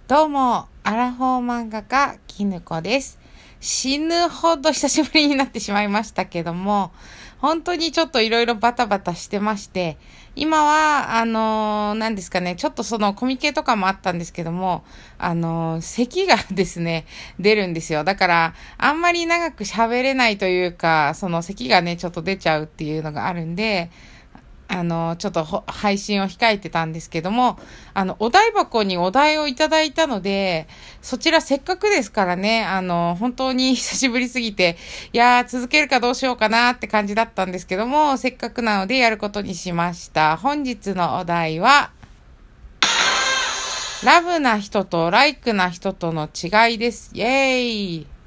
どうも、アラフォー漫画家、きぬこです。死ぬほど久しぶりになってしまいましたけども、本当にちょっといろいろバタバタしてまして、今は、何ですかね、ちょっとそのコミケとかもあったんですけども、咳がですね、出るんですよ。だから、あんまり長く喋れないというか、その咳がね、ちょっと出ちゃうっていうのがあるんで、ちょっと配信を控えてたんですけども、お題箱にお題をいただいたので、そちらせっかくですからね、本当に久しぶりすぎて、いやー、続けるかどうしようかなって感じだったんですけども、せっかくなのでやることにしました。本日のお題は、ラブな人とライクな人との違いです。イェーイ。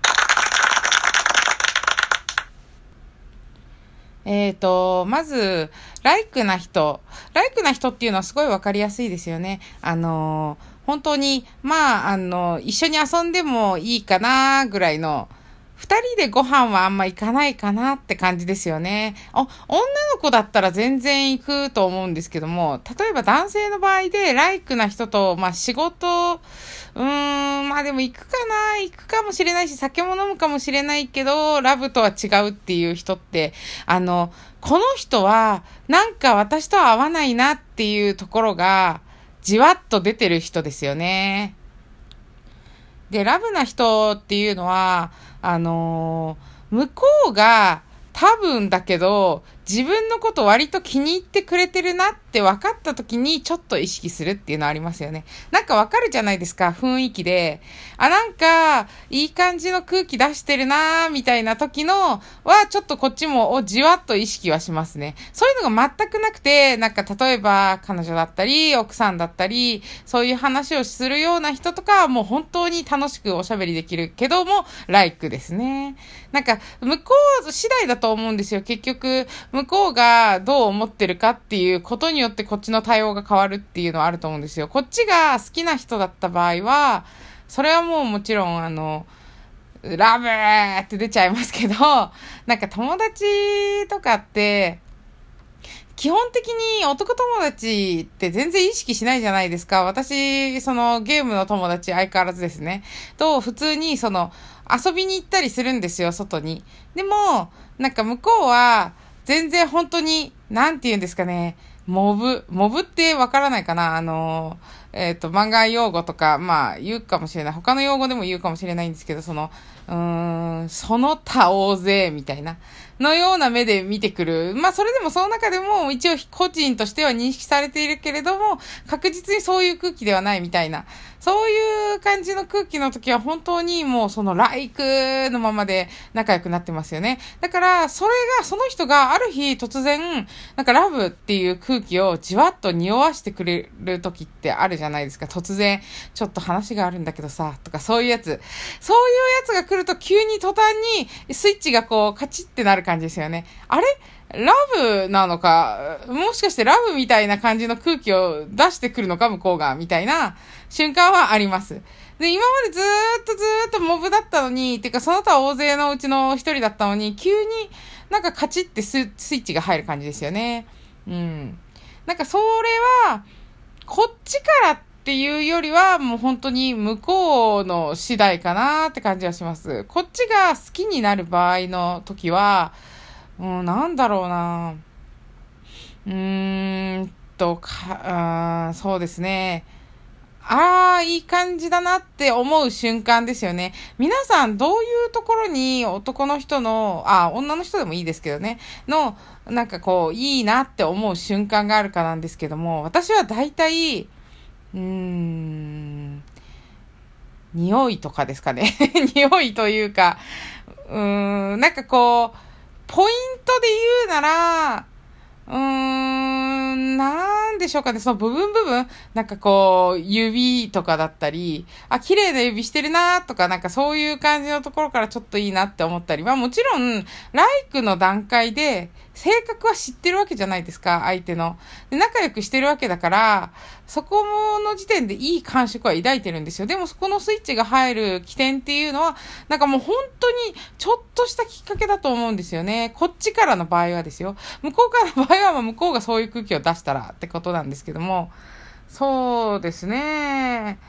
まず、ライクな人。ライクな人っていうのはすごいわかりやすいですよね。本当に、一緒に遊んでもいいかなぐらいの、二人でご飯はあんま行かないかなって感じですよね。女の子だったら全然行くと思うんですけども、例えば男性の場合でライクな人と、仕事、でも行くかもしれないし、酒も飲むかもしれないけど、ラブとは違うっていう人って、この人は、なんか私とは合わないなっていうところが、じわっと出てる人ですよね。で、ラブな人っていうのは、向こうが多分だけど、自分のこと割と気に入ってくれてるなって分かった時にちょっと意識するっていうのありますよね。なんか分かるじゃないですか、雰囲気で。なんか、いい感じの空気出してるなーみたいな時のは、ちょっとこっちもじわっと意識はしますね。そういうのが全くなくて、なんか例えば彼女だったり、奥さんだったり、そういう話をするような人とかはもう本当に楽しくおしゃべりできるけども、ライクですね。なんか、向こう次第だと思うんですよ。結局、向こうがどう思ってるかっていうことによってこっちの対応が変わるっていうのはあると思うんですよ。こっちが好きな人だった場合は、それはもうもちろんラブーって出ちゃいますけど、なんか友達とかって、基本的に男友達って全然意識しないじゃないですか。私、そのゲームの友達相変わらずですね。と、普通に遊びに行ったりするんですよ、外に。でも、なんか向こうは、全然本当に、なんて言うんですかね、モブってわからないかな漫画用語とか、言うかもしれない。他の用語でも言うかもしれないんですけど、その他大勢みたいな、のような目で見てくる。それでもその中でも一応個人としては認識されているけれども、確実にそういう空気ではないみたいな。そういう感じの空気の時は本当にもうそのライクのままで仲良くなってますよね。だから、その人がある日突然、なんかラブっていう空気をじわっと匂わしてくれる時ってあるじゃないですか。突然、ちょっと話があるんだけどさ、とかそういうやつ。そういうやつが来ると急に途端にスイッチがこうカチッってなる感じですよね。あれラブなのか、もしかしてラブみたいな感じの空気を出してくるのか向こうが、みたいな瞬間はあります。で、今までずーっとモブだったのに、てかその他大勢のうちの一人だったのに、急になんかカチッてスイッチが入る感じですよね。うん。なんかそれは、こっちからっていうよりは、もう本当に向こうの次第かなって感じはします。こっちが好きになる場合の時は、なんだろうな。そうですね。いい感じだなって思う瞬間ですよね。皆さんどういうところに男の人の、女の人でもいいですけどね、なんかこう、いいなって思う瞬間があるかなんですけども、私は大体、匂いとかですかね。匂いというか、なんかこう、ポイントで言うなら、なんでしょうかね、その部分、なんかこう、指とかだったり、綺麗な指してるなとか、なんかそういう感じのところからちょっといいなって思ったり、もちろん、ライクの段階で、性格は知ってるわけじゃないですか、相手の。で、仲良くしてるわけだから、そこの時点でいい感触は抱いてるんですよ。でもそこのスイッチが入る起点っていうのは、なんかもう本当にちょっとしたきっかけだと思うんですよね。こっちからの場合はですよ。向こうからの場合は向こうがそういう空気を出したらってことなんですけども。そうですね。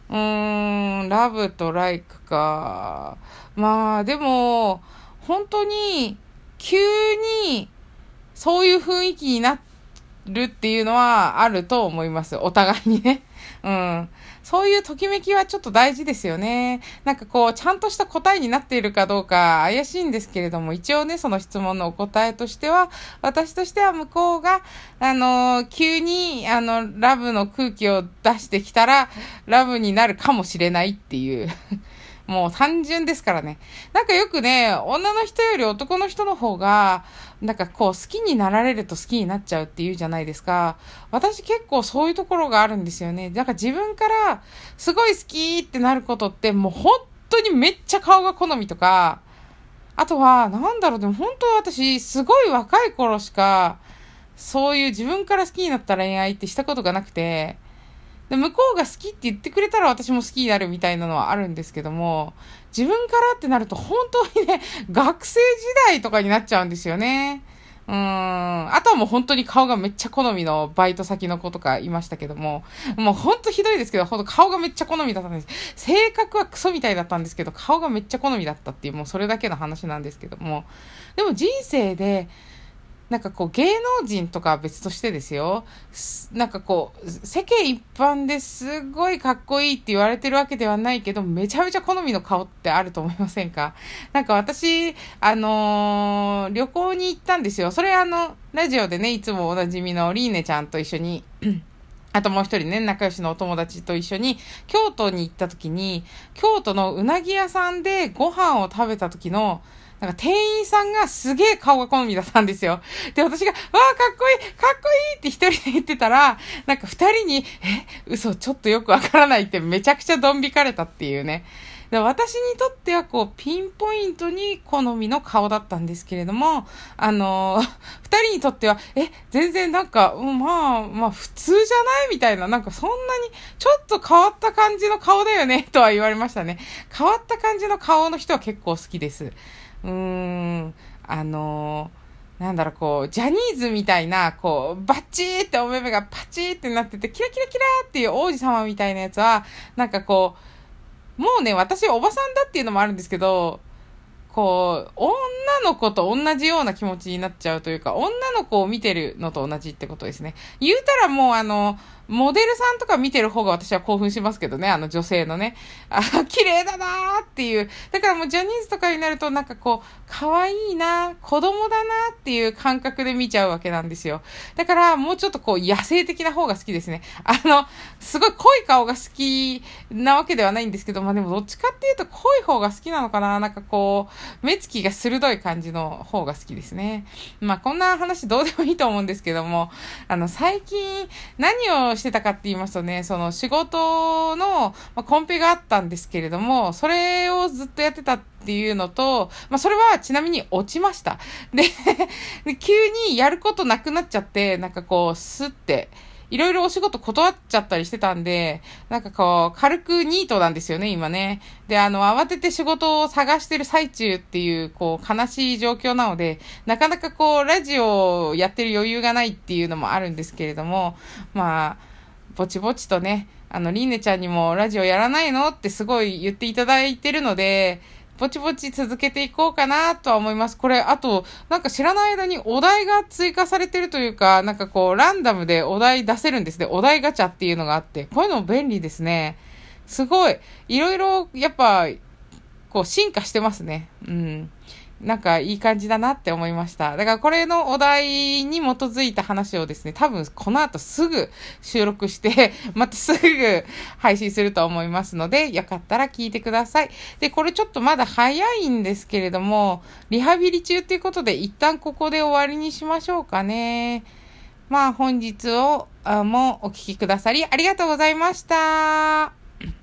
ラブとライクか。まあ、でも、本当に、急に、そういう雰囲気になるっていうのはあると思います。お互いにね。うん。そういうときめきはちょっと大事ですよね。なんかこう、ちゃんとした答えになっているかどうか怪しいんですけれども、一応ね、その質問のお答えとしては、私としては向こうが、急に、ラブの空気を出してきたら、ラブになるかもしれないっていうもう単純ですからね。なんかよくね、女の人より男の人の方が、なんかこう好きになられると好きになっちゃうっていうじゃないですか。私結構そういうところがあるんですよね。なんか自分からすごい好きってなることってもう本当にめっちゃ顔が好みとか、あとはなんだろう、でも本当私すごい若い頃しかそういう自分から好きになった恋愛ってしたことがなくて、で、向こうが好きって言ってくれたら私も好きになるみたいなのはあるんですけども、自分からってなると本当にね、学生時代とかになっちゃうんですよね。あとはもう本当に顔がめっちゃ好みのバイト先の子とかいましたけども、もう本当ひどいですけど、本当顔がめっちゃ好みだったんです。性格はクソみたいだったんですけど、顔がめっちゃ好みだったっていう、もうそれだけの話なんですけども。でも人生で、なんかこう芸能人とかは別としてですよ。なんかこう、世間一般ですごいかっこいいって言われてるわけではないけど、めちゃめちゃ好みの顔ってあると思いませんか？なんか私、旅行に行ったんですよ。それラジオでね、いつもおなじみのリーネちゃんと一緒に、あともう一人ね、仲良しのお友達と一緒に、京都に行った時に、京都のうなぎ屋さんでご飯を食べた時の、なんか店員さんがすげえ顔が好みだったんですよ。で、私が、わあ、かっこいいかっこいいって一人で言ってたら、なんか二人に、嘘、ちょっとよくわからないってめちゃくちゃドン引かれたっていうね。で、私にとってはこう、ピンポイントに好みの顔だったんですけれども、二人にとっては、全然なんか、まあ、普通じゃないみたいな、なんかそんなに、ちょっと変わった感じの顔だよね、とは言われましたね。変わった感じの顔の人は結構好きです。あのなんだろう、こう、ジャニーズみたいな、こう、バッチーってお目目がパチーってなってて、キラキラキラーっていう王子様みたいなやつは、なんかこう、もうね、私おばさんだっていうのもあるんですけど、こう、女の子と同じような気持ちになっちゃうというか、女の子を見てるのと同じってことですね。言うたらもうモデルさんとか見てる方が私は興奮しますけどね、女性のね。綺麗だなーっていう。だからもうジャニーズとかになるとなんかこう、可愛いな、子供だなっていう感覚で見ちゃうわけなんですよ。だからもうちょっとこう、野生的な方が好きですね。すごい濃い顔が好きなわけではないんですけど、まあでもどっちかっていうと濃い方が好きなのかな。なんかこう、目つきが鋭い感じの方が好きですね。まあこんな話どうでもいいと思うんですけども、最近何をしてたかって言いますとね、その仕事の、コンペがあったんですけれども、それをずっとやってたっていうのと、それはちなみに落ちました。で、急にやることなくなっちゃって、なんかこう、スッて、いろいろお仕事断っちゃったりしてたんで、なんかこう、軽くニートなんですよね、今ね。で、慌てて仕事を探してる最中っていう、こう、悲しい状況なので、なかなかこう、ラジオをやってる余裕がないっていうのもあるんですけれども、まあ、ぼちぼちとね、リーネちゃんにもラジオやらないのってすごい言っていただいてるので、ぼちぼち続けていこうかなとは思います。これ、あと、なんか知らない間にお題が追加されてるというか、なんかこう、ランダムでお題出せるんですね。お題ガチャっていうのがあって、こういうの便利ですね。すごい。いろいろ、やっぱ、こう、進化してますね。うん。なんかいい感じだなって思いました。だからこれのお題に基づいた話をですね、多分この後すぐ収録して、またすぐ配信すると思いますので、よかったら聞いてください。で、これちょっとまだ早いんですけれども、リハビリ中ということで一旦ここで終わりにしましょうかね。まあ本日もお聞きくださりありがとうございました。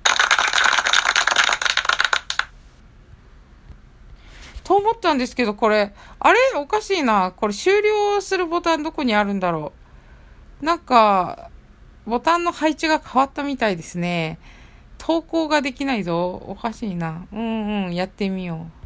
と思ったんですけど、これ、あれおかしいな。これ終了するボタンどこにあるんだろう。なんか、ボタンの配置が変わったみたいですね。投稿ができないぞ。おかしいな。やってみよう。